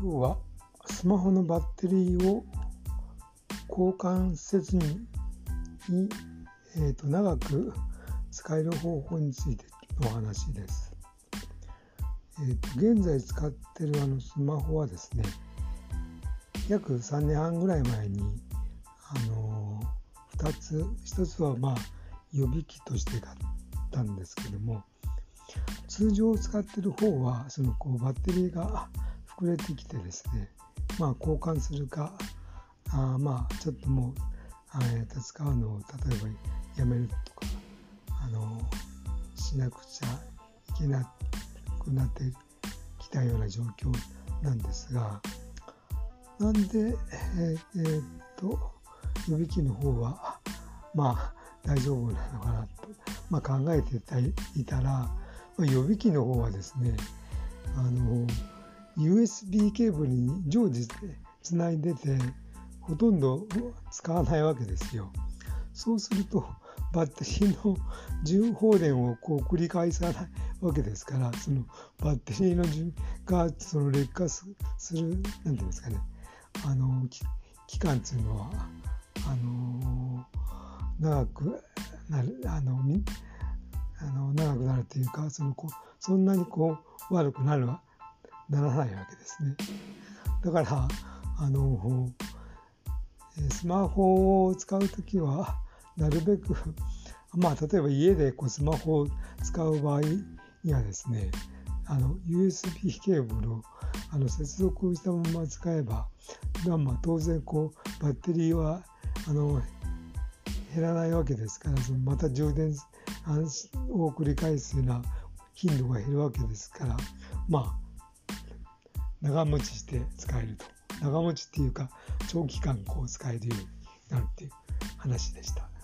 今日はスマホのバッテリーを交換せずに、長く使える方法についてのお話です。現在使っているスマホはですね、約3年半ぐらい前に1つは予備機として買ったんですけども、通常使っている方はバッテリーが膨れてきてですね、交換するかちょっともう、使うのを例えばやめるとかしなくちゃいけなくなってきたような状況なんですが、なんで予備機の方は大丈夫なのかなと、考えていたら、予備機の方はですね、USB ケーブルに常時つないでてほとんど使わないわけですよ。そうするとバッテリーの充放電を繰り返さないわけですから、そのバッテリーのが劣化するなんていうんですかね、期間っていうのは長くなるというか、そんなに悪くならないわけですね。だからスマホを使うときはなるべく例えば家でスマホを使う場合にはですね、USB ケーブルを接続したまま使えば、当然バッテリーは減らないわけですから、また充電を繰り返すような頻度が減るわけですから、長持ちして使えると。長持ちっていうか長期間使えるようになるっていう話でした。